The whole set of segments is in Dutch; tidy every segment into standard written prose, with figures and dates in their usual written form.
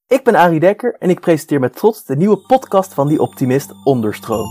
Ik ben Arie Dekker en ik presenteer met trots de nieuwe podcast van Die Optimist, Onderstroom.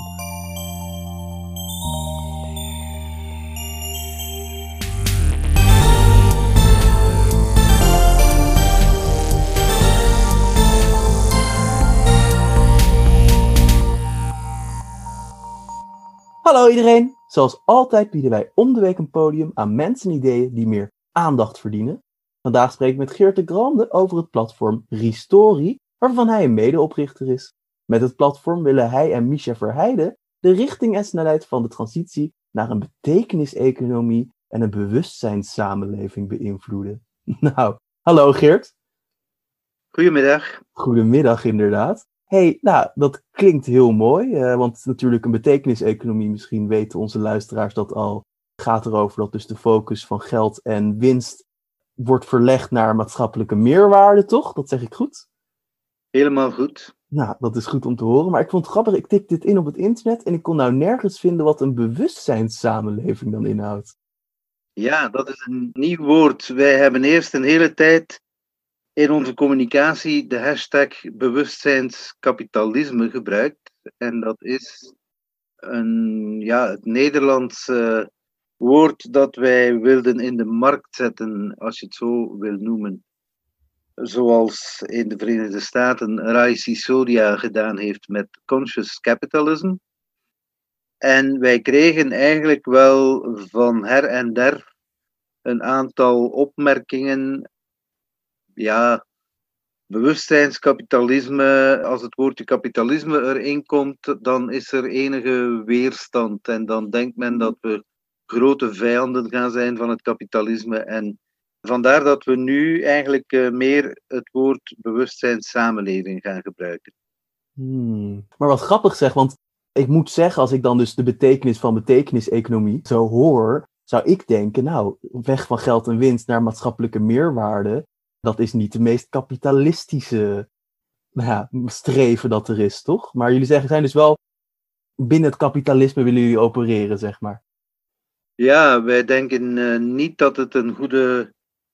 Hallo iedereen! Zoals altijd bieden wij om de week een podium aan mensen en ideeën die meer aandacht verdienen. Vandaag spreek ik met Geert de Grande over het platform Ristori, waarvan hij een medeoprichter is. Met het platform willen hij en Misha Verheijden de richting en snelheid van de transitie naar een betekeniseconomie en een bewustzijnssamenleving beïnvloeden. Nou, hallo Geert. Goedemiddag. Goedemiddag inderdaad. Dat klinkt heel mooi, want natuurlijk een betekeniseconomie, misschien weten onze luisteraars dat al, gaat erover dat dus de focus van geld en winst wordt verlegd naar maatschappelijke meerwaarde, toch? Dat zeg ik goed? Helemaal goed. Nou, dat is goed om te horen, maar ik vond het grappig, ik tik dit in op het internet en ik kon nou nergens vinden wat een bewustzijnssamenleving dan inhoudt. Ja, dat is een nieuw woord. Wij hebben eerst een hele tijd in onze communicatie de hashtag bewustzijnskapitalisme gebruikt. En dat is het Nederlandse woord dat wij wilden in de markt zetten, als je het zo wil noemen. Zoals in de Verenigde Staten Rai Sisodia gedaan heeft met conscious capitalism. En wij kregen eigenlijk wel van her en der een aantal opmerkingen. Ja, bewustzijnskapitalisme, als het woordje kapitalisme erin komt, dan is er enige weerstand. En dan denkt men dat we grote vijanden gaan zijn van het kapitalisme. En vandaar dat we nu eigenlijk meer het woord bewustzijnssamenleving gaan gebruiken. Maar wat grappig zeg, want ik moet zeggen, als ik dan dus de betekenis van betekeniseconomie zo hoor, zou ik denken, nou, weg van geld en winst naar maatschappelijke meerwaarde, dat is niet de meest kapitalistische streven dat er is, toch? Maar jullie zeggen, zijn dus wel binnen het kapitalisme willen jullie opereren, zeg maar. Ja, wij denken niet dat het een goede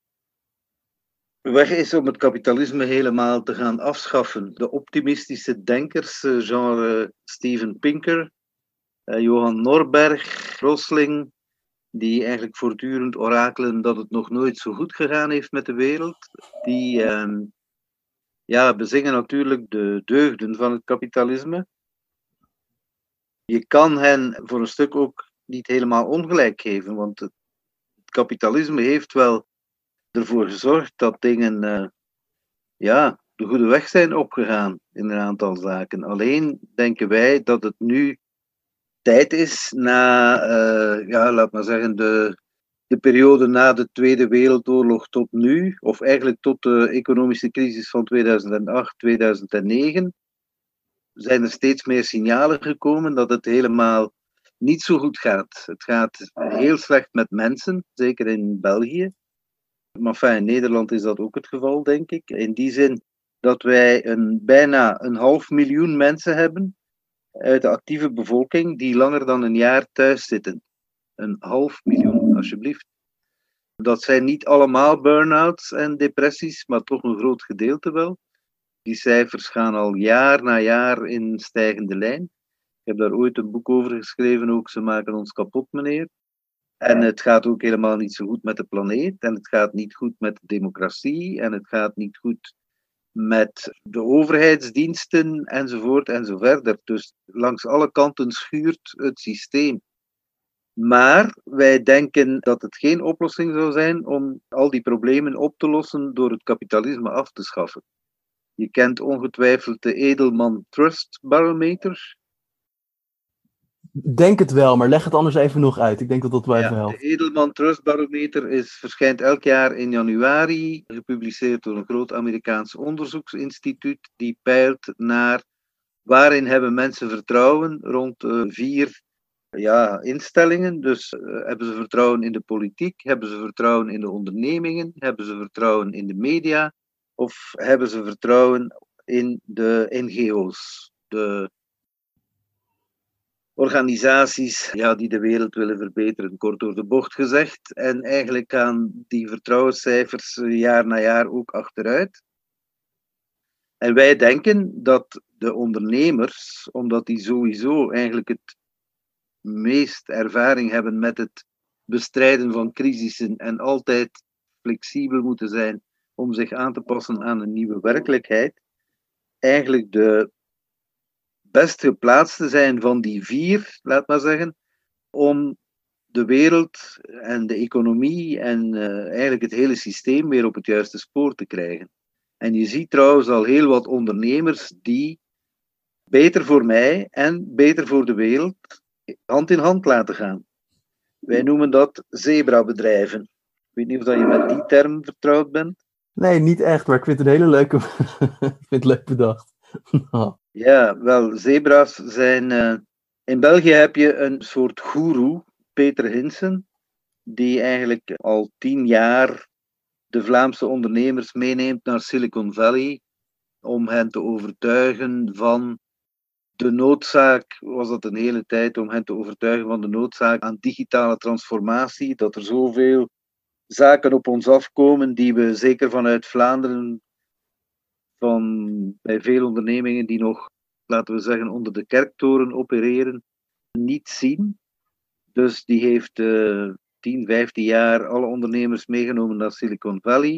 weg is om het kapitalisme helemaal te gaan afschaffen. De optimistische denkers, genre Steven Pinker, Johan Norberg, Rosling, die eigenlijk voortdurend orakelen dat het nog nooit zo goed gegaan heeft met de wereld, die bezingen natuurlijk de deugden van het kapitalisme. Je kan hen voor een stuk ook niet helemaal ongelijk geven, want het kapitalisme heeft wel ervoor gezorgd dat dingen de goede weg zijn opgegaan in een aantal zaken. Alleen denken wij dat het nu tijd is laat maar zeggen, de periode na de Tweede Wereldoorlog tot nu, of eigenlijk tot de economische crisis van 2008, 2009, zijn er steeds meer signalen gekomen dat het helemaal niet zo goed gaat. Het gaat heel slecht met mensen, zeker in België. Maar in Nederland is dat ook het geval, denk ik. In die zin dat wij bijna 500.000 mensen hebben uit de actieve bevolking die langer dan een jaar thuis zitten. 500.000, alsjeblieft. Dat zijn niet allemaal burn-outs en depressies, maar toch een groot gedeelte wel. Die cijfers gaan al jaar na jaar in stijgende lijn. Ik heb daar ooit een boek over geschreven, ook Ze maken ons kapot, meneer. En het gaat ook helemaal niet zo goed met de planeet. En het gaat niet goed met de democratie. En het gaat niet goed met de overheidsdiensten, enzovoort en zo verder. Dus langs alle kanten schuurt het systeem. Maar wij denken dat het geen oplossing zou zijn om al die problemen op te lossen door het kapitalisme af te schaffen. Je kent ongetwijfeld de Edelman Trust Barometer. Denk het wel, maar leg het anders even nog uit. Ik denk dat dat wel even helpt. De Edelman Trust Barometer verschijnt elk jaar in januari, gepubliceerd door een groot Amerikaans onderzoeksinstituut, die peilt naar waarin hebben mensen vertrouwen rond 4 instellingen. Dus hebben ze vertrouwen in de politiek, hebben ze vertrouwen in de ondernemingen, hebben ze vertrouwen in de media of hebben ze vertrouwen in de NGO's, de organisaties die de wereld willen verbeteren, kort door de bocht gezegd. En eigenlijk gaan die vertrouwenscijfers jaar na jaar ook achteruit. En wij denken dat de ondernemers, omdat die sowieso eigenlijk het meest ervaring hebben met het bestrijden van crisissen en altijd flexibel moeten zijn om zich aan te passen aan een nieuwe werkelijkheid, eigenlijk de best geplaatste zijn van die 4, laat maar zeggen, om de wereld en de economie en eigenlijk het hele systeem weer op het juiste spoor te krijgen. En je ziet trouwens al heel wat ondernemers die beter voor mij en beter voor de wereld hand in hand laten gaan. Wij noemen dat zebrabedrijven. Ik weet niet of je met die term vertrouwd bent. Nee, niet echt, maar ik vind het een hele leuke... ik vind het leuk bedacht. Ja, wel, zebra's zijn... In België heb je een soort goeroe, Peter Hinsen, die eigenlijk al 10 jaar de Vlaamse ondernemers meeneemt naar Silicon Valley om hen te overtuigen van de noodzaak, was dat een hele tijd, om hen te overtuigen van de noodzaak aan digitale transformatie, dat er zoveel zaken op ons afkomen die we zeker vanuit Vlaanderen, bij veel ondernemingen die nog, laten we zeggen, onder de kerktoren opereren, niet zien. Dus die heeft 10, 15 jaar alle ondernemers meegenomen naar Silicon Valley.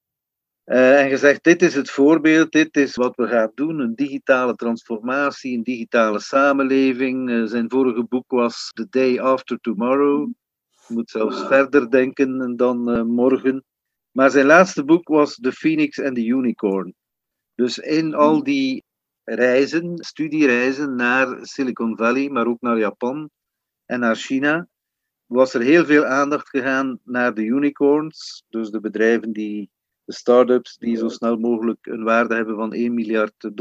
En gezegd, dit is het voorbeeld, dit is wat we gaan doen, een digitale transformatie, een digitale samenleving. Zijn vorige boek was The Day After Tomorrow. Je moet zelfs verder denken dan morgen. Maar zijn laatste boek was The Phoenix and the Unicorn. Dus in al die reizen, studiereizen naar Silicon Valley, maar ook naar Japan en naar China, was er heel veel aandacht gegaan naar de unicorns, dus de bedrijven de start-ups die zo snel mogelijk een waarde hebben van $1 miljard.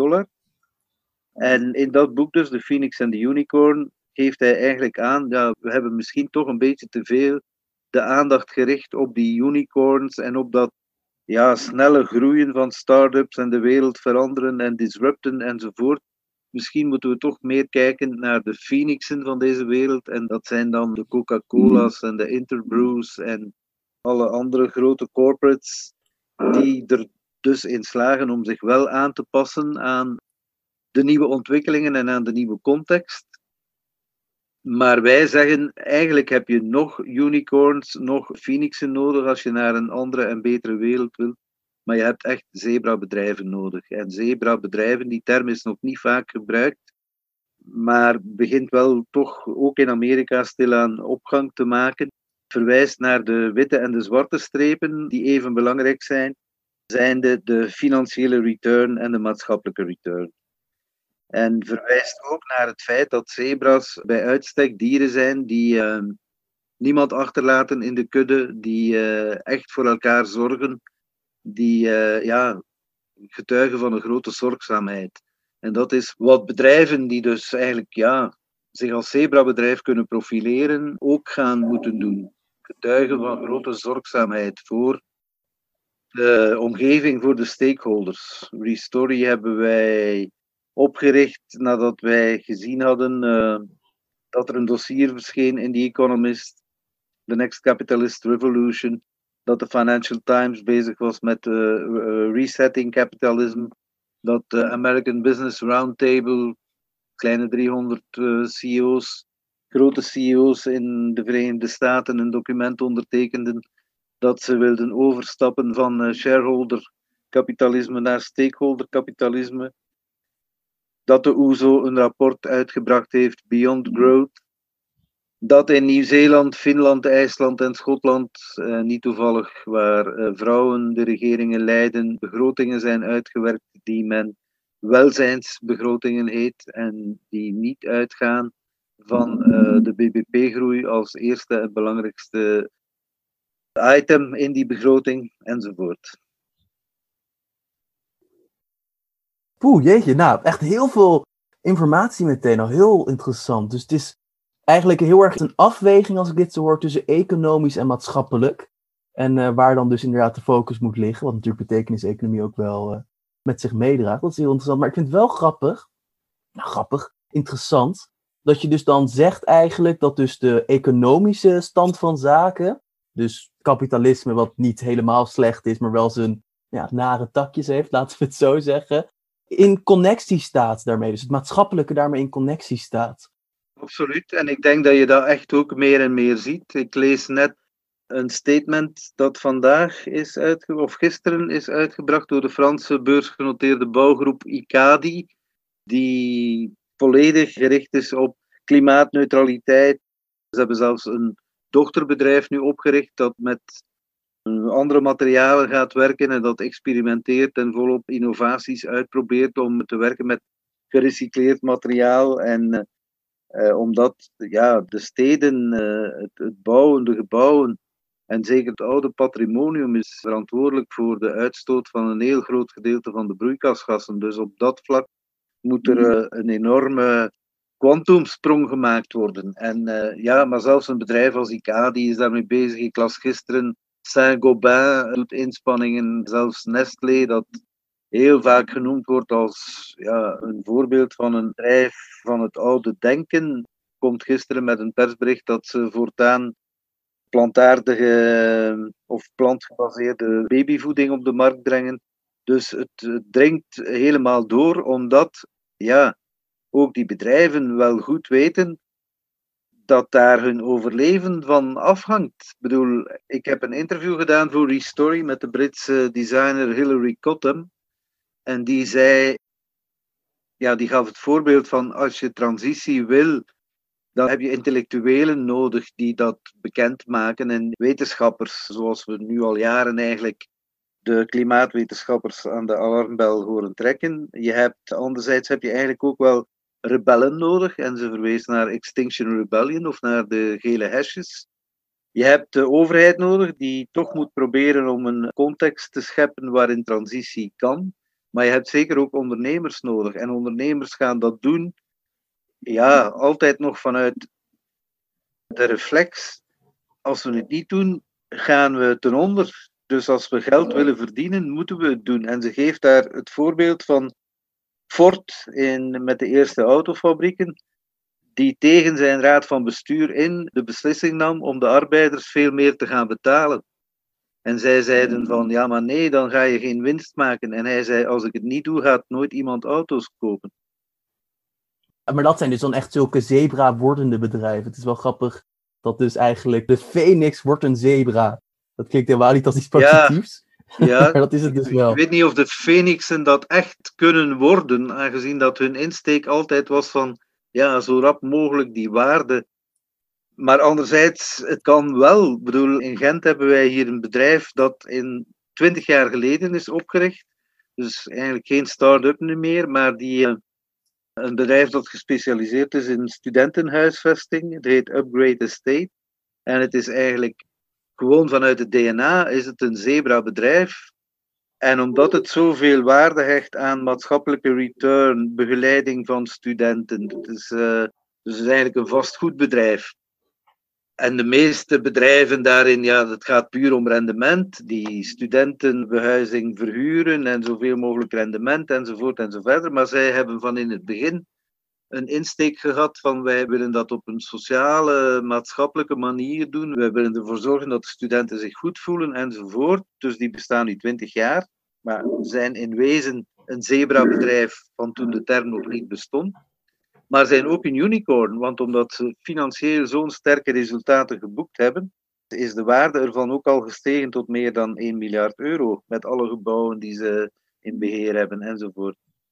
En in dat boek dus, The Phoenix and the Unicorn, geeft hij eigenlijk aan, ja, we hebben misschien toch een beetje te veel de aandacht gericht op die unicorns en op dat snelle groeien van start-ups en de wereld veranderen en disrupten enzovoort. Misschien moeten we toch meer kijken naar de phoenixen van deze wereld. En dat zijn dan de Coca-Cola's en de Interbrews en alle andere grote corporates die er dus in slagen om zich wel aan te passen aan de nieuwe ontwikkelingen en aan de nieuwe context. Maar wij zeggen, eigenlijk heb je nog unicorns, nog phoenixen nodig als je naar een andere en betere wereld wilt. Maar je hebt echt zebrabedrijven nodig. En zebrabedrijven, die term is nog niet vaak gebruikt, maar begint wel toch ook in Amerika stilaan opgang te maken. Verwijst naar de witte en de zwarte strepen, die even belangrijk zijn, zijnde de financiële return en de maatschappelijke return. En verwijst ook naar het feit dat zebra's bij uitstek dieren zijn die niemand achterlaten in de kudde, die echt voor elkaar zorgen, die getuigen van een grote zorgzaamheid. En dat is wat bedrijven die dus eigenlijk zich als zebrabedrijf kunnen profileren, ook gaan moeten doen. Getuigen van grote zorgzaamheid voor de omgeving, voor de stakeholders. Restory hebben wij opgericht nadat wij gezien hadden dat er een dossier verscheen in The Economist, The Next Capitalist Revolution, dat de Financial Times bezig was met resetting capitalism, dat de American Business Roundtable, kleine 300 CEO's, grote CEO's in de Verenigde Staten een document ondertekenden dat ze wilden overstappen van shareholder kapitalisme naar stakeholder kapitalisme. Dat de OESO een rapport uitgebracht heeft, Beyond Growth. Dat in Nieuw-Zeeland, Finland, IJsland en Schotland, niet toevallig waar vrouwen de regeringen leiden, begrotingen zijn uitgewerkt die men welzijnsbegrotingen heet en die niet uitgaan van de BBP-groei als eerste en belangrijkste item in die begroting enzovoort. Poeh, jeetje, nou, echt heel veel informatie meteen al, heel interessant. Dus het is eigenlijk heel erg een afweging, als ik dit zo hoor, tussen economisch en maatschappelijk. En waar dan dus inderdaad de focus moet liggen, wat natuurlijk betekeniseconomie ook wel met zich meedraagt. Dat is heel interessant, maar ik vind het wel interessant, dat je dus dan zegt eigenlijk dat dus de economische stand van zaken, dus kapitalisme wat niet helemaal slecht is, maar wel zijn nare takjes heeft, laten we het zo zeggen, in connectie staat daarmee. Dus het maatschappelijke daarmee in connectie staat. Absoluut. En ik denk dat je dat echt ook meer en meer ziet. Ik lees net een statement dat vandaag of gisteren is uitgebracht door de Franse beursgenoteerde bouwgroep Icadi, die volledig gericht is op klimaatneutraliteit. Ze hebben zelfs een dochterbedrijf nu opgericht dat met andere materialen gaat werken en dat experimenteert en volop innovaties uitprobeert om te werken met gerecycleerd materiaal. En omdat de steden, het bouwen, de gebouwen en zeker het oude patrimonium is verantwoordelijk voor de uitstoot van een heel groot gedeelte van de broeikasgassen. Dus op dat vlak moet er een enorme kwantumsprong gemaakt worden. En maar zelfs een bedrijf als Icadi is daarmee bezig. Ik las gisteren Saint-Gobain doet inspanningen, zelfs Nestlé, dat heel vaak genoemd wordt als een voorbeeld van een bedrijf van het oude denken, komt gisteren met een persbericht dat ze voortaan plantaardige of plantgebaseerde babyvoeding op de markt brengen. Dus het dringt helemaal door, omdat ook die bedrijven wel goed weten dat daar hun overleven van afhangt. Ik bedoel, ik heb een interview gedaan voor Restory met de Britse designer Hilary Cottam. En die zei, die gaf het voorbeeld van als je transitie wil, dan heb je intellectuelen nodig die dat bekendmaken en wetenschappers, zoals we nu al jaren eigenlijk de klimaatwetenschappers aan de alarmbel horen trekken. Anderzijds heb je eigenlijk ook wel rebellen nodig, en ze verwees naar Extinction Rebellion of naar de gele hesjes. Je hebt de overheid nodig die toch moet proberen om een context te scheppen waarin transitie kan. Maar je hebt zeker ook ondernemers nodig. En ondernemers gaan dat doen, altijd nog vanuit de reflex. Als we het niet doen, gaan we ten onder. Dus als we geld willen verdienen, moeten we het doen. En ze geeft daar het voorbeeld van Ford met de eerste autofabrieken, die tegen zijn raad van bestuur in de beslissing nam om de arbeiders veel meer te gaan betalen. En zij zeiden van, maar nee, dan ga je geen winst maken. En hij zei, als ik het niet doe, gaat nooit iemand auto's kopen. Maar dat zijn dus dan echt zulke zebra-wordende bedrijven. Het is wel grappig dat dus eigenlijk de Phoenix wordt een zebra. Dat klinkt helemaal niet als iets positiefs. Ja, maar dat is het dus wel. Ik weet niet of de Phoenixen dat echt kunnen worden, aangezien dat hun insteek altijd was van, zo rap mogelijk die waarde. Maar anderzijds, het kan wel. Ik bedoel, in Gent hebben wij hier een bedrijf dat 20 jaar geleden is opgericht. Dus eigenlijk geen start-up meer, maar een bedrijf dat gespecialiseerd is in studentenhuisvesting. Het heet Upgrade Estate. En het is eigenlijk gewoon vanuit het DNA is het een zebra-bedrijf. En omdat het zoveel waarde hecht aan maatschappelijke return, begeleiding van studenten. Dus het is eigenlijk een vastgoedbedrijf. En de meeste bedrijven daarin, het gaat puur om rendement. Die studentenbehuizing verhuren en zoveel mogelijk rendement enzovoort enzoverder. Maar zij hebben van in het begin een insteek gehad van wij willen dat op een sociale, maatschappelijke manier doen. Wij willen ervoor zorgen dat de studenten zich goed voelen enzovoort. Dus die bestaan nu 20 jaar, maar zijn in wezen een zebra-bedrijf van toen de term nog niet bestond. Maar zijn ook een unicorn, want omdat ze financieel zo'n sterke resultaten geboekt hebben, is de waarde ervan ook al gestegen tot meer dan 1 miljard euro, met alle gebouwen die ze in beheer hebben enzovoort.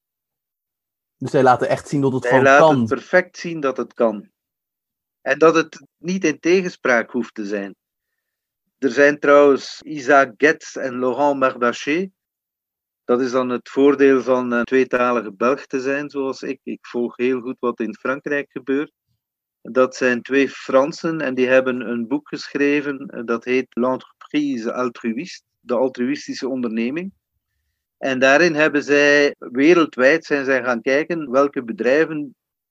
Dus zij laten echt zien dat het gewoon kan. Zij laten perfect zien dat het kan. En dat het niet in tegenspraak hoeft te zijn. Er zijn trouwens Isaac Getz en Laurent Marbaché. Dat is dan het voordeel van een tweetalige Belg te zijn, zoals ik. Ik volg heel goed wat in Frankrijk gebeurt. Dat zijn 2 Fransen en die hebben een boek geschreven. Dat heet L'entreprise altruïste, de altruïstische onderneming. En daarin hebben zij, wereldwijd zijn zij gaan kijken welke bedrijven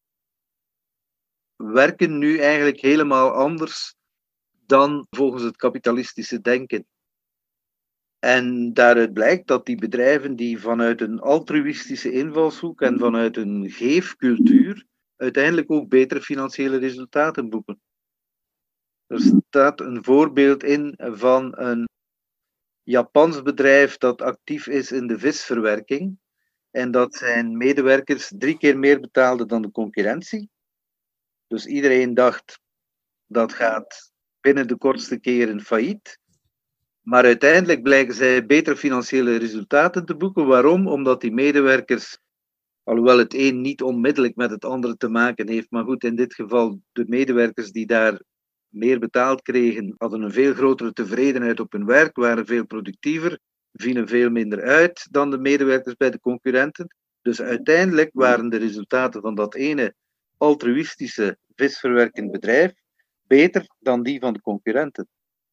werken nu eigenlijk helemaal anders dan volgens het kapitalistische denken. En daaruit blijkt dat die bedrijven die vanuit een altruïstische invalshoek en vanuit een geefcultuur uiteindelijk ook betere financiële resultaten boeken. Er staat een voorbeeld in van een Japans bedrijf dat actief is in de visverwerking. en dat zijn medewerkers 3 keer meer betaalden dan de concurrentie. Dus iedereen dacht, dat gaat binnen de kortste keren failliet. Maar uiteindelijk blijken zij betere financiële resultaten te boeken. Waarom? Omdat die medewerkers, alhoewel het een niet onmiddellijk met het andere te maken heeft, maar goed, in dit geval de medewerkers die daar meer betaald kregen, hadden een veel grotere tevredenheid op hun werk, waren veel productiever, vielen veel minder uit dan de medewerkers bij de concurrenten. Dus uiteindelijk waren de resultaten van dat ene altruïstische visverwerkend bedrijf beter dan die van de concurrenten.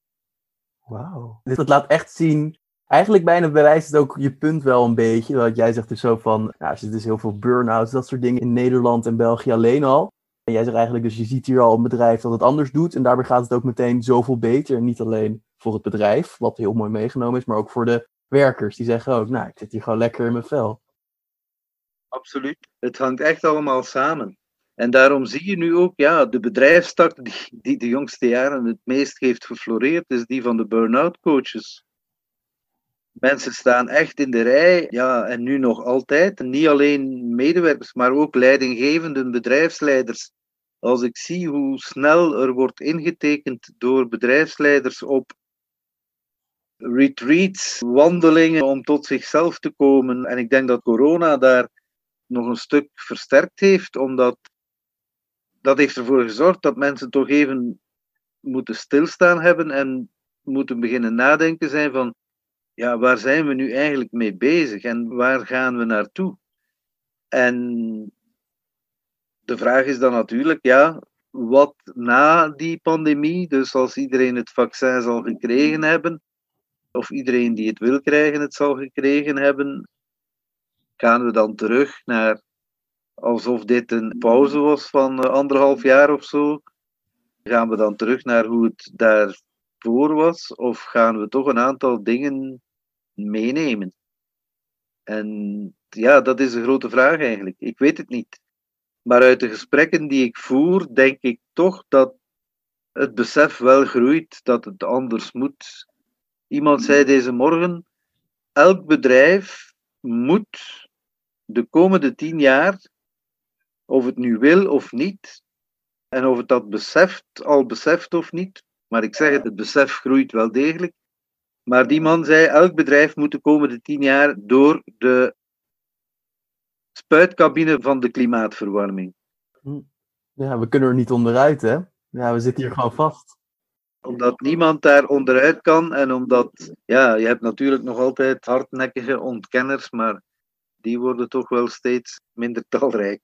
Wauw. Dus dat laat echt zien, eigenlijk bijna bewijst het ook je punt wel een beetje. Want jij zegt dus zo van, er zitten dus heel veel burn-outs, dat soort dingen in Nederland en België alleen al. En jij zegt eigenlijk dus, je ziet hier al een bedrijf dat het anders doet. En daarbij gaat het ook meteen zoveel beter. En niet alleen voor het bedrijf, wat heel mooi meegenomen is, maar ook voor de werkers. Die zeggen ook, ik zit hier gewoon lekker in mijn vel. Absoluut. Het hangt echt allemaal samen. En daarom zie je nu ook, de bedrijfstak die de jongste jaren het meest heeft gefloreerd, is die van de burn-out coaches. Mensen staan echt in de rij, en nu nog altijd. En niet alleen medewerkers, maar ook leidinggevenden, bedrijfsleiders. Als ik zie hoe snel er wordt ingetekend door bedrijfsleiders op retreats, wandelingen om tot zichzelf te komen. En ik denk dat corona daar nog een stuk versterkt heeft, omdat dat heeft ervoor gezorgd dat mensen toch even moeten stilstaan hebben en moeten beginnen nadenken zijn van, waar zijn we nu eigenlijk mee bezig en waar gaan we naartoe? En de vraag is dan natuurlijk, wat na die pandemie, dus als iedereen het vaccin zal gekregen hebben, of iedereen die het wil krijgen het zal gekregen hebben, gaan we dan terug naar alsof dit een pauze was van 1,5 jaar of zo? Gaan we dan terug naar hoe het daarvoor was? Of gaan we toch een aantal dingen meenemen? En dat is een grote vraag eigenlijk. Ik weet het niet. Maar uit de gesprekken die ik voer, denk ik toch dat het besef wel groeit dat het anders moet. Iemand zei deze morgen, elk bedrijf moet de komende 10 jaar, of het nu wil of niet, en of het dat beseft of niet, maar ik zeg het besef groeit wel degelijk. Maar die man zei, elk bedrijf moet de komende 10 jaar door de spuitcabine van de klimaatverwarming. Ja, we kunnen er niet onderuit, hè? Ja, we zitten hier gewoon vast. Omdat niemand daar onderuit kan en omdat, je hebt natuurlijk nog altijd hardnekkige ontkenners, maar die worden toch wel steeds minder talrijk.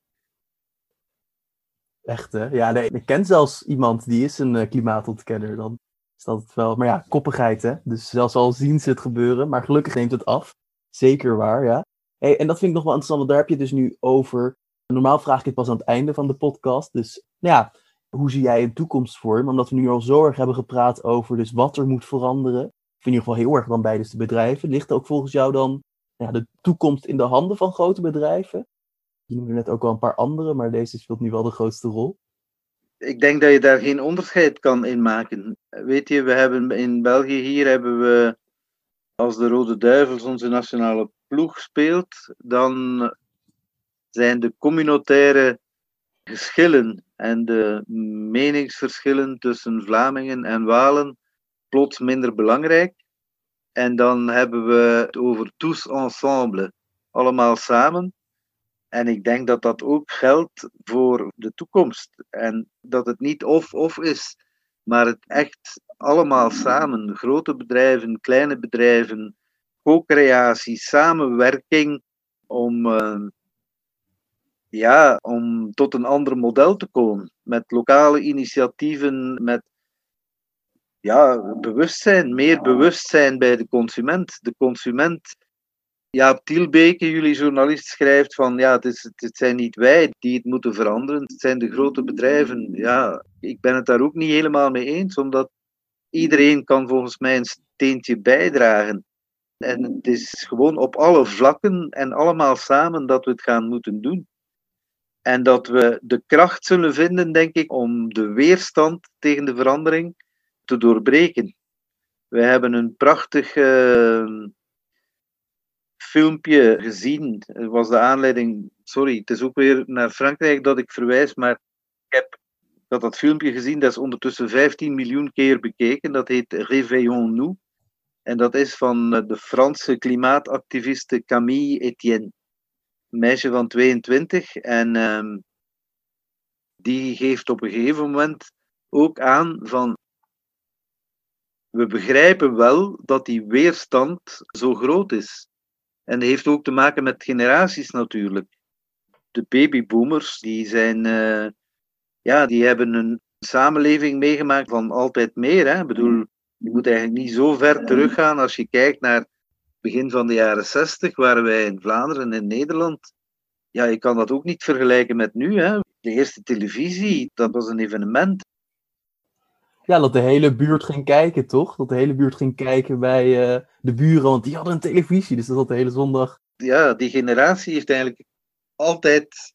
Echt, hè? Ja, nee, ik ken zelfs iemand die is een klimaatontkenner. Dan is dat het wel. Maar koppigheid, hè? Dus zelfs al zien ze het gebeuren, maar gelukkig neemt het af. Zeker waar, ja. Hey, en dat vind ik nog wel interessant, want daar heb je het dus nu over. Normaal vraag ik het pas aan het einde van de podcast. Dus hoe zie jij een toekomst voor? Maar omdat we nu al zo erg hebben gepraat over dus wat er moet veranderen. Ik vind in ieder geval heel erg dan bij dus de bedrijven. Ligt ook volgens jou dan de toekomst in de handen van grote bedrijven? Je noemde net ook wel een paar andere, maar deze speelt nu wel de grootste rol. Ik denk dat je daar geen onderscheid kan in maken. Weet je, we hebben in België hebben we, als de Rode Duivels onze nationale ploeg speelt, dan zijn de communautaire geschillen en de meningsverschillen tussen Vlamingen en Walen plots minder belangrijk. En dan hebben we het over tous ensemble, allemaal samen. En ik denk dat dat ook geldt voor de toekomst. En dat het niet of is, maar het echt allemaal samen, grote bedrijven, kleine bedrijven, co-creatie, samenwerking om tot een ander model te komen. Met lokale initiatieven, met bewustzijn, meer bewustzijn bij de consument. De consument, Jaap Tielbeke, jullie journalist, schrijft van het zijn niet wij die het moeten veranderen, het zijn de grote bedrijven. Ja, ik ben het daar ook niet helemaal mee eens, omdat iedereen kan volgens mij een steentje bijdragen. En het is gewoon op alle vlakken en allemaal samen dat we het gaan moeten doen. En dat we de kracht zullen vinden, denk ik, om de weerstand tegen de verandering te doorbreken. We hebben een prachtig filmpje gezien. Dat was de aanleiding. Sorry, het is ook weer naar Frankrijk dat ik verwijs, maar ik heb dat filmpje gezien. Dat is ondertussen 15 miljoen keer bekeken. Dat heet Réveillons-nous. En dat is van de Franse klimaatactiviste Camille Etienne. Een meisje van 22. En die geeft op een gegeven moment ook aan van... We begrijpen wel dat die weerstand zo groot is. En dat heeft ook te maken met generaties natuurlijk. De babyboomers, die hebben een samenleving meegemaakt van altijd meer. Hè? Ik bedoel, je moet eigenlijk niet zo ver teruggaan als je kijkt naar het begin van de jaren 60, waren wij in Vlaanderen en in Nederland. Ja, je kan dat ook niet vergelijken met nu. Hè? De eerste televisie, dat was een evenement. Ja, dat de hele buurt ging kijken, toch? Dat de hele buurt ging kijken bij de buren, want die hadden een televisie, dus dat was de hele zondag. Ja, die generatie heeft eigenlijk altijd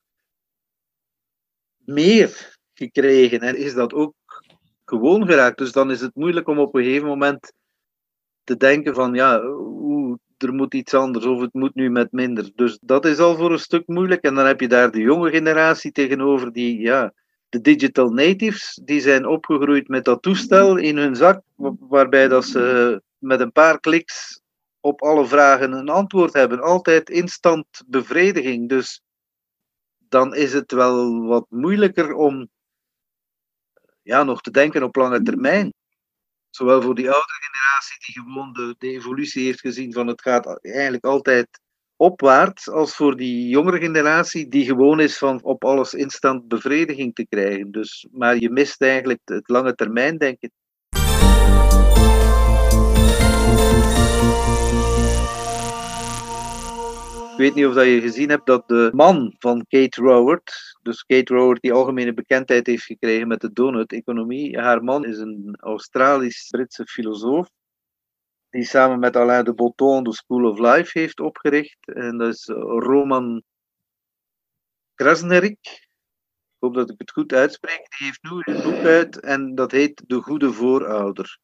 meer gekregen en is dat ook gewoon geraakt. Dus dan is het moeilijk om op een gegeven moment te denken van ja, er moet iets anders of het moet nu met minder. Dus dat is al voor een stuk moeilijk. En dan heb je daar de jonge generatie tegenover die, ja, de digital natives, die zijn opgegroeid met dat toestel in hun zak, waarbij dat ze met een paar kliks op alle vragen een antwoord hebben. Altijd instant bevrediging. Dus dan is het wel wat moeilijker om nog te denken op lange termijn. Zowel voor die oudere generatie die gewoon de evolutie heeft gezien van het gaat eigenlijk altijd opwaarts, als voor die jongere generatie die gewoon is van op alles instant bevrediging te krijgen. Dus, maar je mist eigenlijk het lange termijn denken. Ik weet niet of je gezien hebt dat de man van Kate Raworth, dus Kate Raworth die algemene bekendheid heeft gekregen met de donut-economie, haar man is een Australisch-Britse filosoof, die samen met Alain de Botton de School of Life heeft opgericht. En dat is Roman Krasnerik. Ik hoop dat ik het goed uitspreek. Die heeft nu een boek uit en dat heet De Goede Voorouder.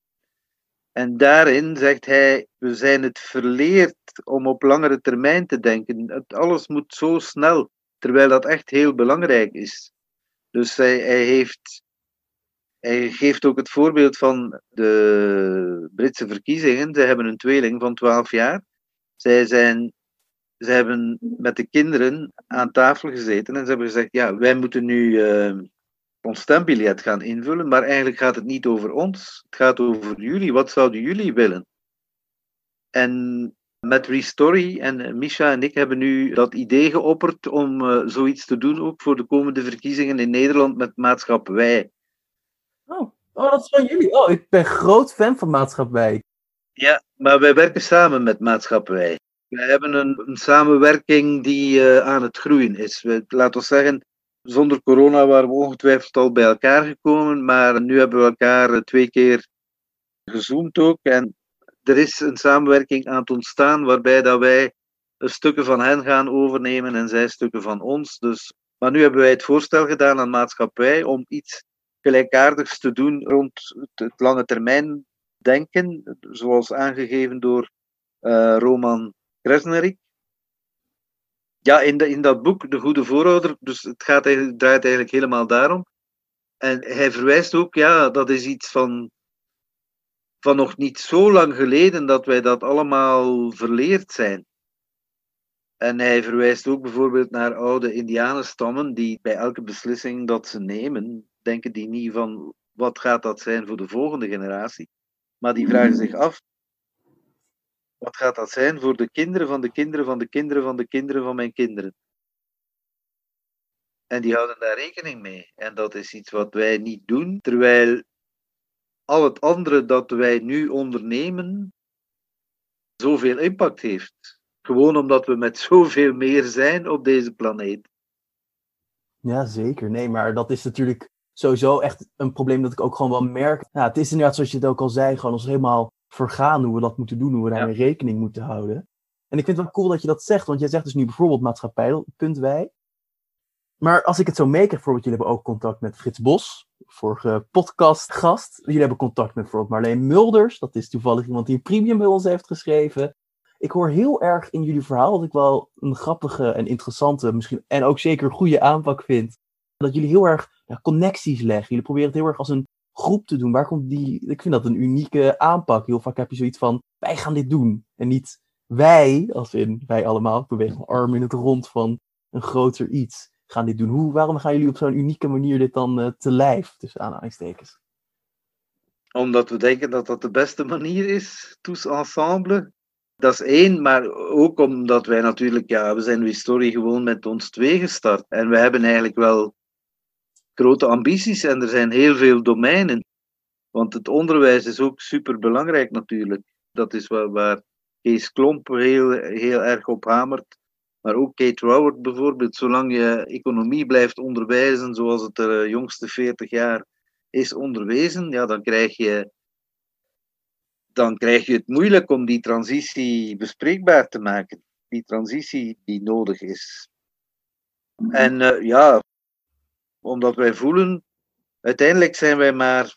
En daarin zegt hij, we zijn het verleerd om op langere termijn te denken. Alles moet zo snel, terwijl dat echt heel belangrijk is. Dus hij geeft ook het voorbeeld van de Britse verkiezingen. Zij hebben een tweeling van 12 jaar. Zij hebben met de kinderen aan tafel gezeten en ze hebben gezegd, ja, wij moeten nu ons stembiljet gaan invullen, maar eigenlijk gaat het niet over ons. Het gaat over jullie. Wat zouden jullie willen? En met Restory en Misha en ik hebben nu dat idee geopperd om zoiets te doen, ook voor de komende verkiezingen in Nederland met Maatschap Wij. Oh, dat is van jullie. Oh, ik ben groot fan van Maatschap Wij. Ja, maar wij werken samen met Maatschap Wij. Wij hebben een samenwerking die aan het groeien is. Laten we zeggen, zonder corona waren we ongetwijfeld al bij elkaar gekomen, maar nu hebben we elkaar 2 keer gezoomd ook. En er is een samenwerking aan het ontstaan waarbij dat wij stukken van hen gaan overnemen en zij stukken van ons. Dus, maar nu hebben wij het voorstel gedaan aan Maatschappij om iets gelijkaardigs te doen rond het lange termijn denken, zoals aangegeven door Roman Krasnerik. Ja, in dat boek, De Goede Voorouder, dus het draait eigenlijk helemaal daarom. En hij verwijst ook, ja, dat is iets van nog niet zo lang geleden dat wij dat allemaal verleerd zijn. En hij verwijst ook bijvoorbeeld naar oude indianenstammen die bij elke beslissing dat ze nemen, denken die niet van wat gaat dat zijn voor de volgende generatie, maar die vragen zich af, wat gaat dat zijn voor de kinderen van de kinderen van de kinderen van de kinderen van mijn kinderen? En die houden daar rekening mee. En dat is iets wat wij niet doen, terwijl al het andere dat wij nu ondernemen zoveel impact heeft. Gewoon omdat we met zoveel meer zijn op deze planeet. Ja, zeker. Nee, maar dat is natuurlijk sowieso echt een probleem dat ik ook gewoon wel merk. Ja, het is inderdaad, zoals je het ook al zei, gewoon ons helemaal vergaan hoe we dat moeten doen, hoe we daarmee rekening moeten houden. En ik vind het wel cool dat je dat zegt, want jij zegt dus nu bijvoorbeeld Maatschappij, punt wij. Maar als ik het zo meekrijg, bijvoorbeeld, jullie hebben ook contact met Frits Bos, vorige podcastgast. Jullie hebben contact met bijvoorbeeld Marleen Mulders, dat is toevallig iemand die een premium bij ons heeft geschreven. ik hoor heel erg in jullie verhaal, wat ik wel een grappige en interessante, misschien en ook zeker goede aanpak vind, dat jullie heel erg connecties leggen. Jullie proberen het heel erg als een groep te doen. Waar komt die? Ik vind dat een unieke aanpak. Heel vaak heb je zoiets van, wij gaan dit doen. En niet wij, als in wij allemaal, ik beweeg mijn arm in het rond van een groter iets, gaan dit doen. Waarom gaan jullie op zo'n unieke manier dit dan te lijf, tussen aanhalingstekens? Omdat we denken dat dat de beste manier is, tous ensemble. Dat is één, maar ook omdat wij natuurlijk, we zijn historie gewoon met ons twee gestart. En we hebben eigenlijk wel grote ambities en er zijn heel veel domeinen. Want het onderwijs is ook superbelangrijk natuurlijk. Dat is waar Kees Klomp heel erg op hamert. Maar ook Kate Raworth bijvoorbeeld. Zolang je economie blijft onderwijzen zoals het de jongste 40 jaar is onderwezen, dan krijg je het moeilijk om die transitie bespreekbaar te maken. Die transitie die nodig is. En omdat wij voelen, uiteindelijk zijn wij maar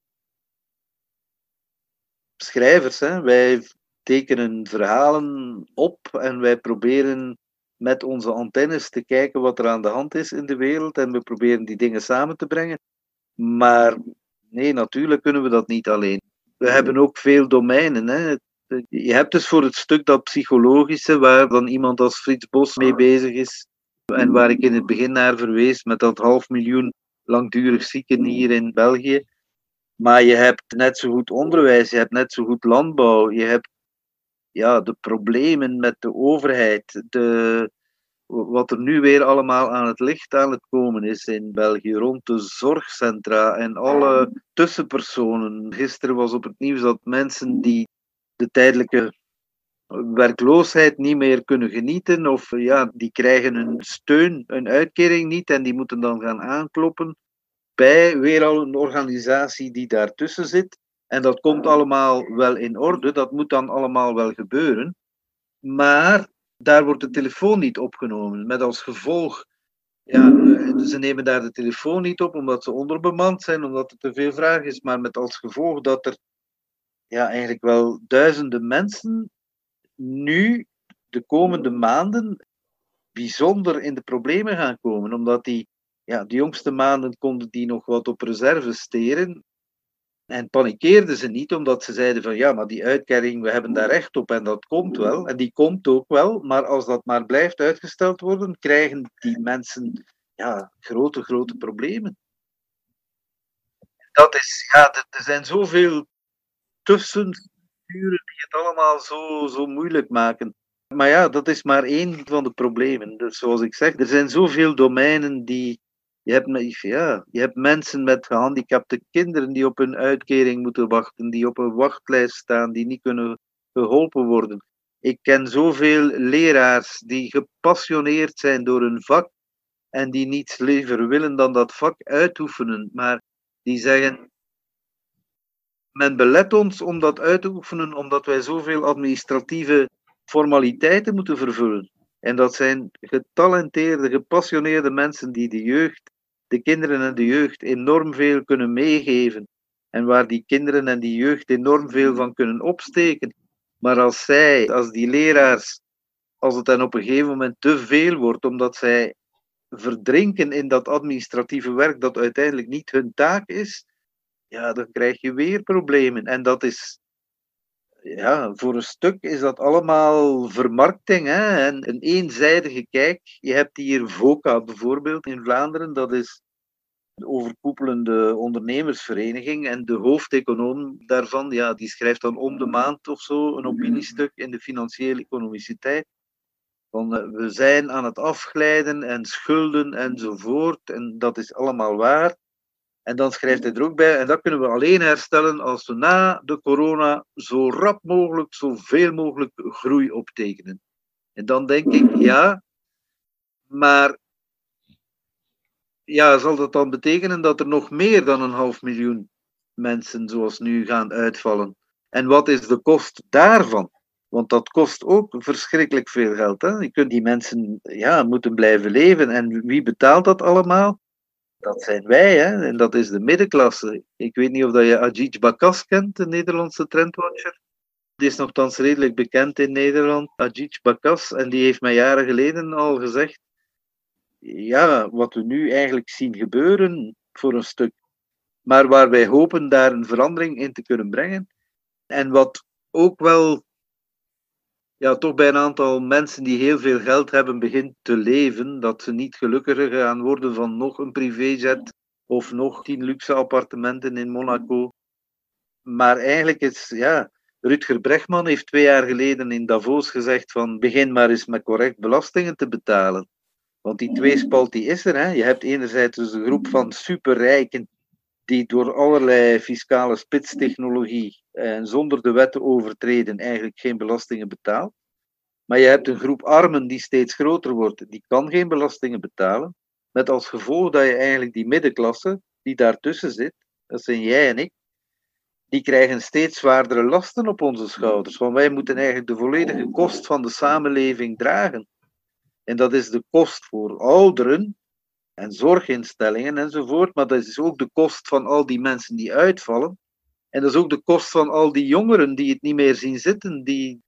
schrijvers. Hè? Wij tekenen verhalen op en wij proberen met onze antennes te kijken wat er aan de hand is in de wereld en we proberen die dingen samen te brengen. Maar nee, natuurlijk kunnen we dat niet alleen. We hebben ook veel domeinen. Hè? Je hebt dus voor het stuk dat psychologische, waar dan iemand als Frits Bos mee bezig is, en waar ik in het begin naar verwees, met dat 500.000 langdurig zieken hier in België. Maar je hebt net zo goed onderwijs, je hebt net zo goed landbouw, je hebt de problemen met de overheid, wat er nu weer allemaal aan het licht aan het komen is in België, rond de zorgcentra en alle tussenpersonen. Gisteren was op het nieuws dat mensen die de tijdelijke werkloosheid niet meer kunnen genieten, of die krijgen een steun, een uitkering niet, en die moeten dan gaan aankloppen bij weer al een organisatie die daartussen zit. En dat komt allemaal wel in orde, dat moet dan allemaal wel gebeuren. Maar daar wordt de telefoon niet opgenomen. Met als gevolg, ze nemen daar de telefoon niet op omdat ze onderbemand zijn, omdat er te veel vraag is. Maar met als gevolg dat er eigenlijk wel duizenden mensen nu de komende maanden bijzonder in de problemen gaan komen. Omdat de jongste maanden konden die nog wat op reserve steren. En panikeerden ze niet, omdat ze zeiden van maar die uitkering, we hebben daar recht op en dat komt wel. En die komt ook wel, maar als dat maar blijft uitgesteld worden, krijgen die mensen grote problemen. Dat is, er zijn zoveel tussenfiguren die het allemaal zo moeilijk maken. Maar dat is maar één van de problemen. Dus zoals ik zeg, er zijn zoveel domeinen die... Je hebt mensen met gehandicapte kinderen die op hun uitkering moeten wachten, die op een wachtlijst staan, die niet kunnen geholpen worden. Ik ken zoveel leraars die gepassioneerd zijn door hun vak en die niets liever willen dan dat vak uitoefenen, maar die zeggen, men belet ons om dat uit te oefenen omdat wij zoveel administratieve formaliteiten moeten vervullen. En dat zijn getalenteerde, gepassioneerde mensen die de kinderen en de jeugd enorm veel kunnen meegeven. En waar die kinderen en die jeugd enorm veel van kunnen opsteken. Maar als die leraars, als het dan op een gegeven moment te veel wordt, omdat zij verdrinken in dat administratieve werk dat uiteindelijk niet hun taak is, dan krijg je weer problemen. En dat is... voor een stuk is dat allemaal vermarkting, hè? En een eenzijdige kijk. Je hebt hier VOCA bijvoorbeeld in Vlaanderen, dat is de overkoepelende ondernemersvereniging. En de hoofdeconoom daarvan, die schrijft dan om de maand of zo een opiniestuk in de Financieel-Economische Tijd. Van we zijn aan het afglijden en schulden enzovoort. En dat is allemaal waar. En dan schrijft hij er ook bij, en dat kunnen we alleen herstellen als we na de corona zo rap mogelijk, zoveel mogelijk groei optekenen. En dan denk ik, maar zal dat dan betekenen dat er nog meer dan 500.000 mensen zoals nu gaan uitvallen? En wat is de kost daarvan? Want dat kost ook verschrikkelijk veel geld. Hè? Je kunt die mensen moeten blijven leven. En wie betaalt dat allemaal? Dat zijn wij, hè? En dat is de middenklasse. Ik weet niet of dat je Ajit Bakas kent, de Nederlandse trendwatcher. Die is nogthans redelijk bekend in Nederland, Ajit Bakas, en die heeft mij jaren geleden al gezegd, ja, wat we nu eigenlijk zien gebeuren voor een stuk, maar waar wij hopen daar een verandering in te kunnen brengen. En wat ook wel, ja, toch bij een aantal mensen die heel veel geld hebben begint te leven, dat ze niet gelukkiger gaan worden van nog een privéjet of nog 10 luxe appartementen in Monaco. Maar eigenlijk is, ja, Rutger Bregman heeft 2 jaar geleden in Davos gezegd van begin maar eens met correct belastingen te betalen. Want die tweespalt die is er. Hè. Je hebt enerzijds dus een groep van superrijken die door allerlei fiscale spitstechnologie en zonder de wet te overtreden eigenlijk geen belastingen betaalt. Maar je hebt een groep armen die steeds groter wordt, die kan geen belastingen betalen. Met als gevolg dat je eigenlijk die middenklasse die daartussen zit, dat zijn jij en ik, die krijgen steeds zwaardere lasten op onze schouders. Want wij moeten eigenlijk de volledige kost van de samenleving dragen. En dat is de kost voor ouderen en zorginstellingen enzovoort. Maar dat is ook de kost van al die mensen die uitvallen. En dat is ook de kost van al die jongeren die het niet meer zien zitten. Die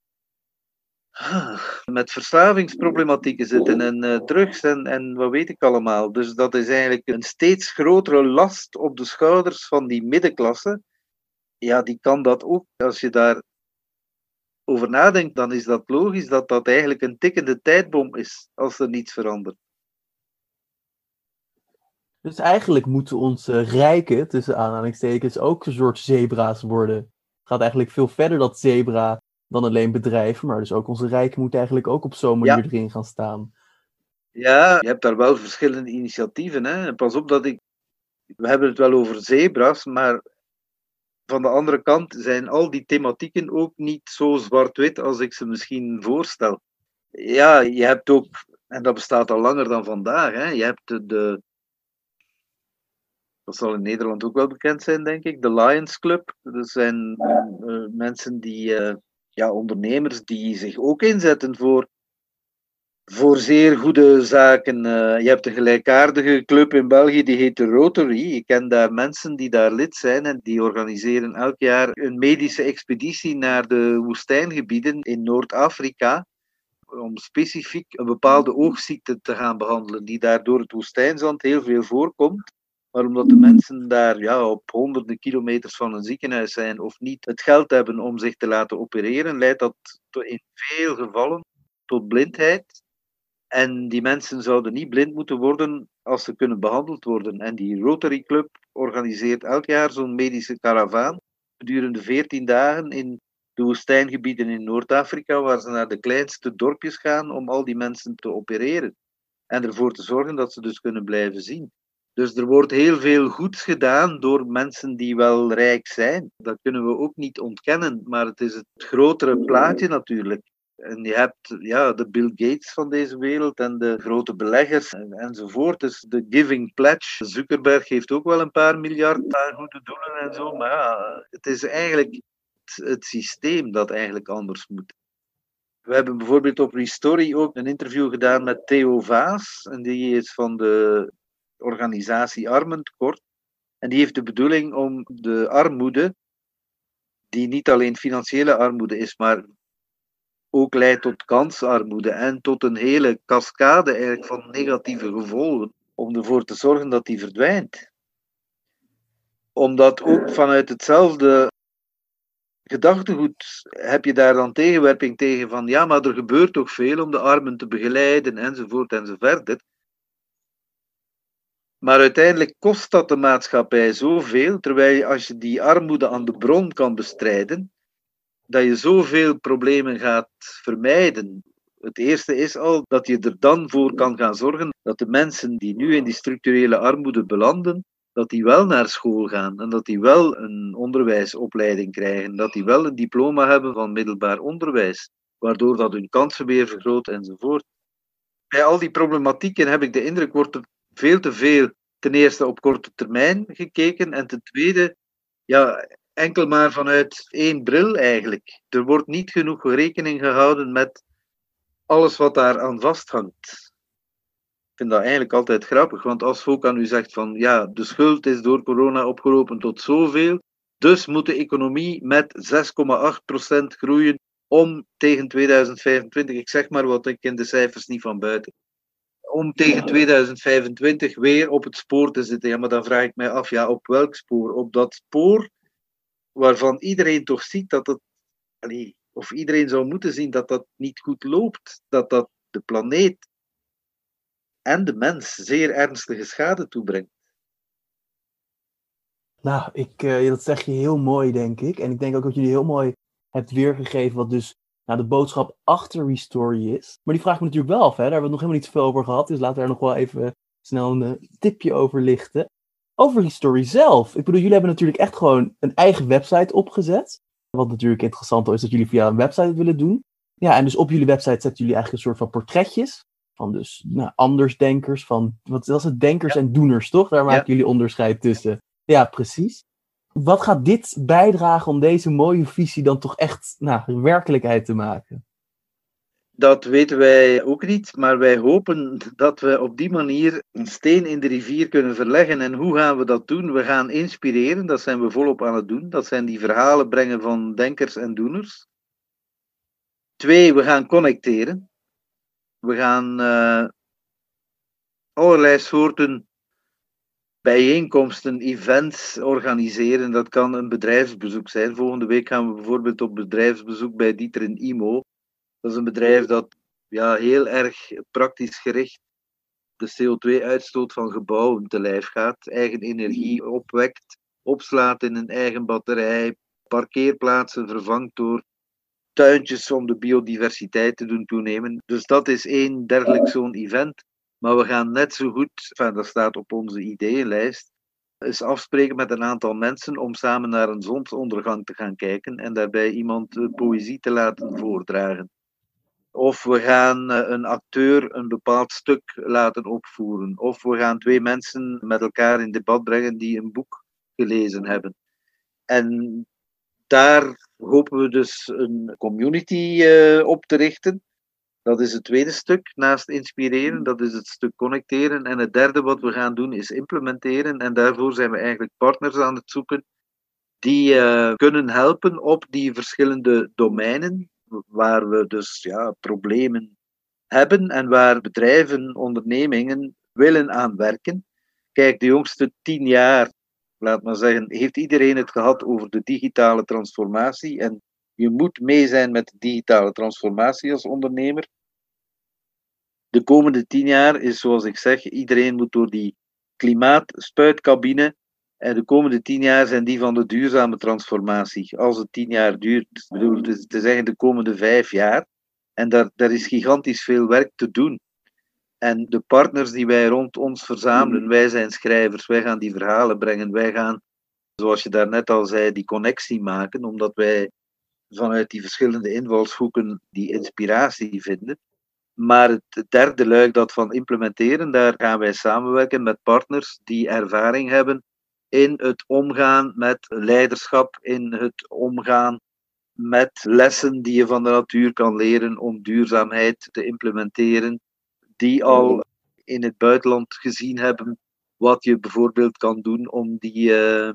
met verslavingsproblematieken zitten en drugs en wat weet ik allemaal. Dus dat is eigenlijk een steeds grotere last op de schouders van die middenklasse. Ja, die kan dat ook. Als je daar over nadenkt, dan is dat logisch dat dat eigenlijk een tikkende tijdbom is, als er niets verandert. Dus eigenlijk moeten onze rijken, tussen aanhalingstekens, ook een soort zebra's worden. Het gaat eigenlijk veel verder, dat zebra, dan alleen bedrijven, maar dus ook onze rijken moeten eigenlijk ook op zo'n manier erin gaan staan. Ja, je hebt daar wel verschillende initiatieven. Hè? Pas op we hebben het wel over zebra's, maar van de andere kant zijn al die thematieken ook niet zo zwart-wit als ik ze misschien voorstel. Ja, je hebt ook, en dat bestaat al langer dan vandaag, hè, je hebt dat zal in Nederland ook wel bekend zijn, denk ik, de Lions Club. Dat zijn mensen ondernemers die zich ook inzetten voor zeer goede zaken. Je hebt een gelijkaardige club in België, die heet de Rotary. Ik ken daar mensen die daar lid zijn en die organiseren elk jaar een medische expeditie naar de woestijngebieden in Noord-Afrika om specifiek een bepaalde oogziekte te gaan behandelen, die daar door het woestijnzand heel veel voorkomt. Maar omdat de mensen daar op honderden kilometers van een ziekenhuis zijn of niet het geld hebben om zich te laten opereren, leidt dat in veel gevallen tot blindheid. En die mensen zouden niet blind moeten worden als ze kunnen behandeld worden. En die Rotary Club organiseert elk jaar zo'n medische karavaan gedurende 14 dagen in de woestijngebieden in Noord-Afrika, waar ze naar de kleinste dorpjes gaan om al die mensen te opereren. En ervoor te zorgen dat ze dus kunnen blijven zien. Dus er wordt heel veel goeds gedaan door mensen die wel rijk zijn. Dat kunnen we ook niet ontkennen, maar het is het grotere plaatje natuurlijk. En je hebt de Bill Gates van deze wereld en de grote beleggers enzovoort. Dus de Giving Pledge. Zuckerberg heeft ook wel een paar miljard aan goede doelen en zo. Maar ja, het is eigenlijk het systeem dat eigenlijk anders moet. We hebben bijvoorbeeld op Restory ook een interview gedaan met Theo Vaas. En die is van de organisatie Armentekort. En die heeft de bedoeling om de armoede, die niet alleen financiële armoede is, maar ook leidt tot kansarmoede en tot een hele cascade eigenlijk van negatieve gevolgen, om ervoor te zorgen dat die verdwijnt. Omdat ook vanuit hetzelfde gedachtegoed heb je daar dan tegenwerping tegen van ja, maar er gebeurt toch veel om de armen te begeleiden enzovoort enzoverder. Maar uiteindelijk kost dat de maatschappij zoveel, terwijl als je die armoede aan de bron kan bestrijden, dat je zoveel problemen gaat vermijden. Het eerste is al dat je er dan voor kan gaan zorgen dat de mensen die nu in die structurele armoede belanden, dat die wel naar school gaan en dat die wel een onderwijsopleiding krijgen, dat die wel een diploma hebben van middelbaar onderwijs, waardoor dat hun kansen weer vergroot enzovoort. Bij al die problematieken heb ik de indruk, wordt er veel te veel ten eerste op korte termijn gekeken en ten tweede, enkel maar vanuit één bril eigenlijk. Er wordt niet genoeg rekening gehouden met alles wat daar aan vasthangt. Ik vind dat eigenlijk altijd grappig, want als Volk aan u zegt van de schuld is door corona opgelopen tot zoveel, Dus moet de economie met 6,8% groeien om tegen 2025, ik zeg maar wat, ik ken de cijfers niet van buiten, om tegen 2025 weer op het spoor te zitten. Ja, maar dan vraag ik mij af, ja, op welk spoor? Op dat spoor waarvan iedereen toch ziet dat het, of iedereen zou moeten zien dat dat niet goed loopt, dat dat de planeet en de mens zeer ernstige schade toebrengt. Nou, dat zeg je heel mooi, denk ik. En ik denk ook dat jullie heel mooi hebt weergegeven wat dus de boodschap achter Restory is. Maar die vraag ik me natuurlijk wel af, hè. Daar hebben we het nog helemaal niet zoveel over gehad. Dus laten we daar nog wel even snel een tipje over lichten. Over Restory zelf. Ik bedoel, jullie hebben natuurlijk echt gewoon een eigen website opgezet. Wat natuurlijk interessant is dat jullie via een website willen doen. Ja, en dus op jullie website zetten jullie eigenlijk een soort van portretjes. Van dus andersdenkers, van, wat was het, denkers en doeners, toch? Daar maken jullie onderscheid tussen. Ja, precies. Wat gaat dit bijdragen om deze mooie visie dan toch echt werkelijkheid te maken? Dat weten wij ook niet, maar wij hopen dat we op die manier een steen in de rivier kunnen verleggen. En hoe gaan we dat doen? We gaan inspireren, dat zijn we volop aan het doen. Dat zijn die verhalen brengen van denkers en doeners. 2, we gaan connecteren. We gaan allerlei soorten bijeenkomsten, events organiseren. Dat kan een bedrijfsbezoek zijn. Volgende week gaan we bijvoorbeeld op bedrijfsbezoek bij Dieter in IMO. Dat is een bedrijf dat heel erg praktisch gericht de CO2-uitstoot van gebouwen te lijf gaat, eigen energie opwekt, opslaat in een eigen batterij, parkeerplaatsen vervangt door tuintjes om de biodiversiteit te doen toenemen. Dus dat is één dergelijk zo'n event. Maar we gaan net zo goed, dat staat op onze ideeënlijst, eens afspreken met een aantal mensen om samen naar een zonsondergang te gaan kijken en daarbij iemand poëzie te laten voordragen. Of we gaan een acteur een bepaald stuk laten opvoeren. Of we gaan 2 mensen met elkaar in debat brengen die een boek gelezen hebben. En daar hopen we dus een community op te richten. Dat is het tweede stuk, naast inspireren. Dat is het stuk connecteren. En het derde wat we gaan doen is implementeren. En daarvoor zijn we eigenlijk partners aan het zoeken die kunnen helpen op die verschillende domeinen waar we dus problemen hebben en waar bedrijven, ondernemingen willen aan werken. Kijk, de jongste 10 jaar, laat maar zeggen, heeft iedereen het gehad over de digitale transformatie. En je moet mee zijn met de digitale transformatie als ondernemer. De komende 10 jaar is, zoals ik zeg, iedereen moet door die klimaatspuitcabine. En de komende 10 jaar zijn die van de duurzame transformatie. Als het 10 jaar duurt, het is eigenlijk de komende 5 jaar. En daar is gigantisch veel werk te doen. En de partners die wij rond ons verzamelen, wij zijn schrijvers, wij gaan die verhalen brengen, wij gaan, zoals je daarnet al zei, die connectie maken, omdat wij vanuit die verschillende invalshoeken die inspiratie vinden. Maar het derde luik, dat van implementeren, daar gaan wij samenwerken met partners die ervaring hebben in het omgaan met leiderschap, in het omgaan met lessen die je van de natuur kan leren om duurzaamheid te implementeren, die al in het buitenland gezien hebben wat je bijvoorbeeld kan doen om die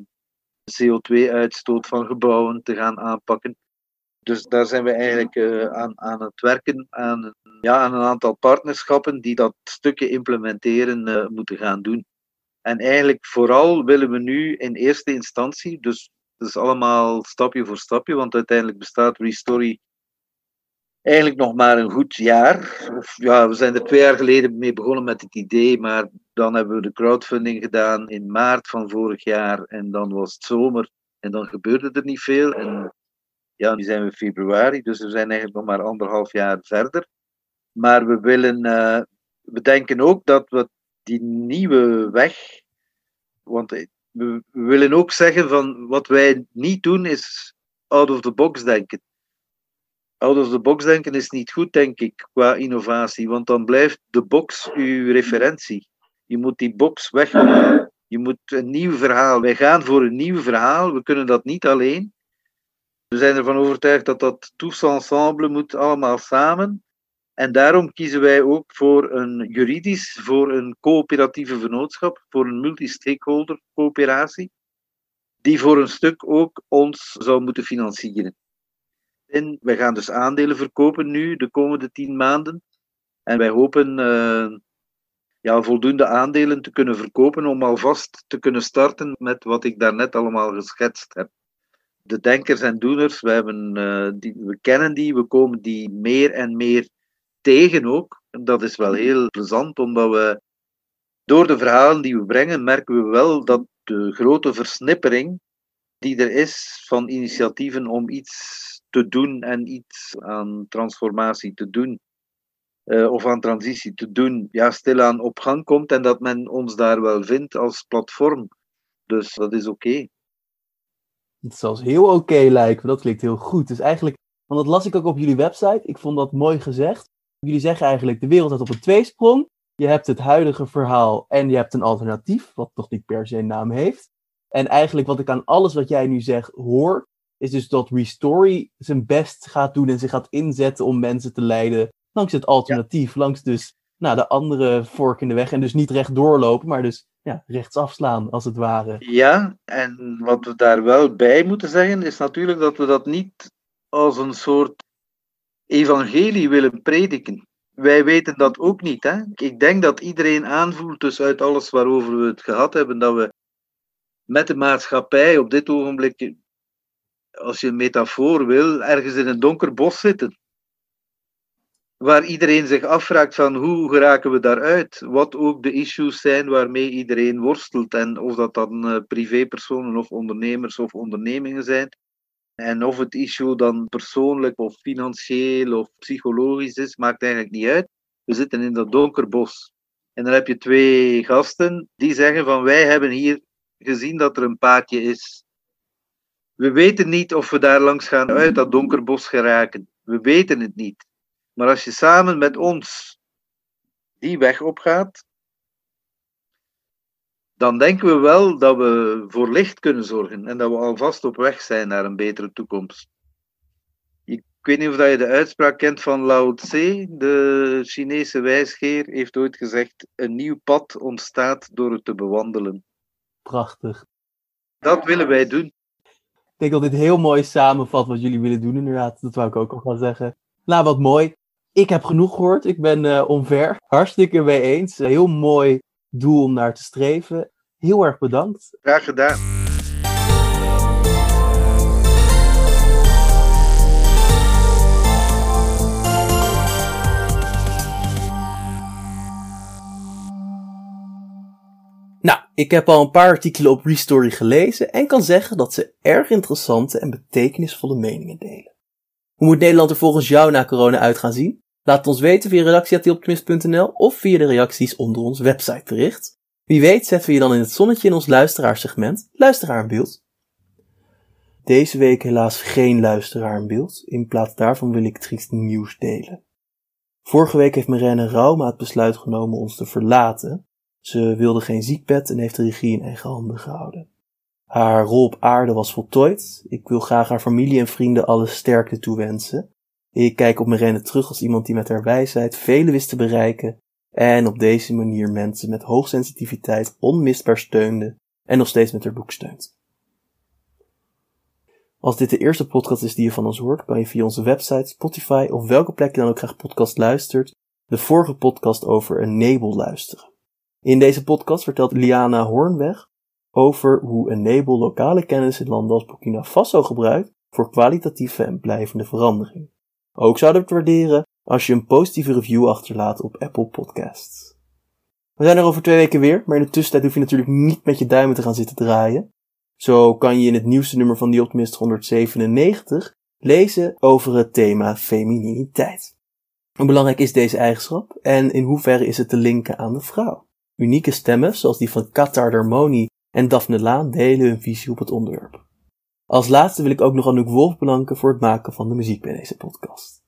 CO2-uitstoot van gebouwen te gaan aanpakken. Dus daar zijn we eigenlijk aan het werken, aan een aantal partnerschappen die dat stukje implementeren moeten gaan doen. En eigenlijk vooral willen we nu in eerste instantie, dus het is allemaal stapje voor stapje, want uiteindelijk bestaat Restory eigenlijk nog maar een goed jaar. We zijn er 2 jaar geleden mee begonnen met het idee, maar dan hebben we de crowdfunding gedaan in maart van vorig jaar en dan was het zomer en dan gebeurde er niet veel. En nu zijn we februari, dus we zijn eigenlijk nog maar 1,5 jaar verder. Maar we denken ook dat we die nieuwe weg, want we willen ook zeggen van wat wij niet doen is out of the box denken. Out of the box denken is niet goed, denk ik, qua innovatie, want dan blijft de box uw referentie. Je moet die box weghalen. Je moet een nieuw verhaal. Wij gaan voor een nieuw verhaal, we kunnen dat niet alleen. We zijn ervan overtuigd dat dat tous ensemble moet, allemaal samen. En daarom kiezen wij ook voor een coöperatieve vennootschap, voor een multi-stakeholder coöperatie. die voor een stuk ook ons zou moeten financieren. En wij gaan dus aandelen verkopen nu, de komende 10 maanden. En wij hopen voldoende aandelen te kunnen verkopen om alvast te kunnen starten met wat ik daarnet allemaal geschetst heb. De denkers en doeners, we kennen die, we komen die meer en meer tegen ook. En dat is wel heel plezant, omdat we door de verhalen die we brengen, merken we wel dat de grote versnippering die er is van initiatieven om iets te doen en iets aan transformatie te doen, of aan transitie te doen, stilaan op gang komt en dat men ons daar wel vindt als platform. Dus dat is oké. Het zal heel oké lijken, dat klinkt heel goed. Dus eigenlijk, want dat las ik ook op jullie website, ik vond dat mooi gezegd. Jullie zeggen eigenlijk, de wereld staat op een tweesprong. Je hebt het huidige verhaal en je hebt een alternatief, wat toch niet per se een naam heeft. En eigenlijk wat ik aan alles wat jij nu zegt hoor, is dus dat Restory zijn best gaat doen en zich gaat inzetten om mensen te leiden langs het alternatief, langs dus de andere vork in de weg. En dus niet recht doorlopen, maar dus rechtsaf slaan, als het ware. Ja, en wat we daar wel bij moeten zeggen, is natuurlijk dat we dat niet als een soort evangelie willen prediken. Wij weten dat ook niet. Hè? Ik denk dat iedereen aanvoelt, dus uit alles waarover we het gehad hebben, dat we met de maatschappij op dit ogenblik, als je een metafoor wil, ergens in een donker bos zitten. Waar iedereen zich afvraagt van hoe geraken we daaruit? Wat ook de issues zijn waarmee iedereen worstelt. En of dat dan privépersonen of ondernemers of ondernemingen zijn. En of het issue dan persoonlijk of financieel of psychologisch is, maakt eigenlijk niet uit. We zitten in dat donker bos. En dan heb je 2 gasten die zeggen van wij hebben hier gezien dat er een paadje is. We weten niet of we daar langs gaan uit dat donker bos geraken. We weten het niet. Maar als je samen met ons die weg opgaat, dan denken we wel dat we voor licht kunnen zorgen en dat we alvast op weg zijn naar een betere toekomst. Ik weet niet of je de uitspraak kent van Lao Tse, de Chinese wijsgeer, heeft ooit gezegd: een nieuw pad ontstaat door het te bewandelen. Prachtig. Dat willen wij doen. Ik denk dat dit heel mooi samenvat wat jullie willen doen, inderdaad. Dat wou ik ook al gaan zeggen. Nou, wat mooi. Ik heb genoeg gehoord. Ik ben omver. Hartstikke mee eens. Heel mooi doel om naar te streven. Heel erg bedankt. Graag gedaan. Nou, ik heb al een paar artikelen op Restory gelezen en kan zeggen dat ze erg interessante en betekenisvolle meningen delen. Hoe moet Nederland er volgens jou na corona uit gaan zien? Laat het ons weten via redactie@optimist.nl of via de reacties onder ons websitebericht. Wie weet zetten we je dan in het zonnetje in ons luisteraarsegment Luisteraar in Beeld. Deze week helaas geen luisteraar in beeld. In plaats daarvan wil ik triest nieuws delen. Vorige week heeft Marijn Rauma het besluit genomen ons te verlaten. Ze wilde geen ziekbed en heeft de regie in eigen handen gehouden. Haar rol op aarde was voltooid. Ik wil graag haar familie en vrienden alle sterkte toewensen. Ik kijk op Marijn terug als iemand die met haar wijsheid velen wist te bereiken en op deze manier mensen met hoogsensitiviteit onmisbaar steunde en nog steeds met haar boek steunt. Als dit de eerste podcast is die je van ons hoort, kan je via onze website, Spotify of welke plek je dan ook graag podcast luistert, de vorige podcast over Enable luisteren. In deze podcast vertelt Liana Hoornweg over hoe Enable lokale kennis in landen als Burkina Faso gebruikt voor kwalitatieve en blijvende verandering. Ook zouden we het waarderen als je een positieve review achterlaat op Apple Podcasts. We zijn er over 2 weken weer, maar in de tussentijd hoef je natuurlijk niet met je duimen te gaan zitten draaien. Zo kan je in het nieuwste nummer van The Optimist 197 lezen over het thema femininiteit. Hoe belangrijk is deze eigenschap en in hoeverre is het te linken aan de vrouw? Unieke stemmen, zoals die van Qatar Darmoni en Daphne Laan, delen hun visie op het onderwerp. Als laatste wil ik ook nog Anouk Wolf bedanken voor het maken van de muziek bij deze podcast.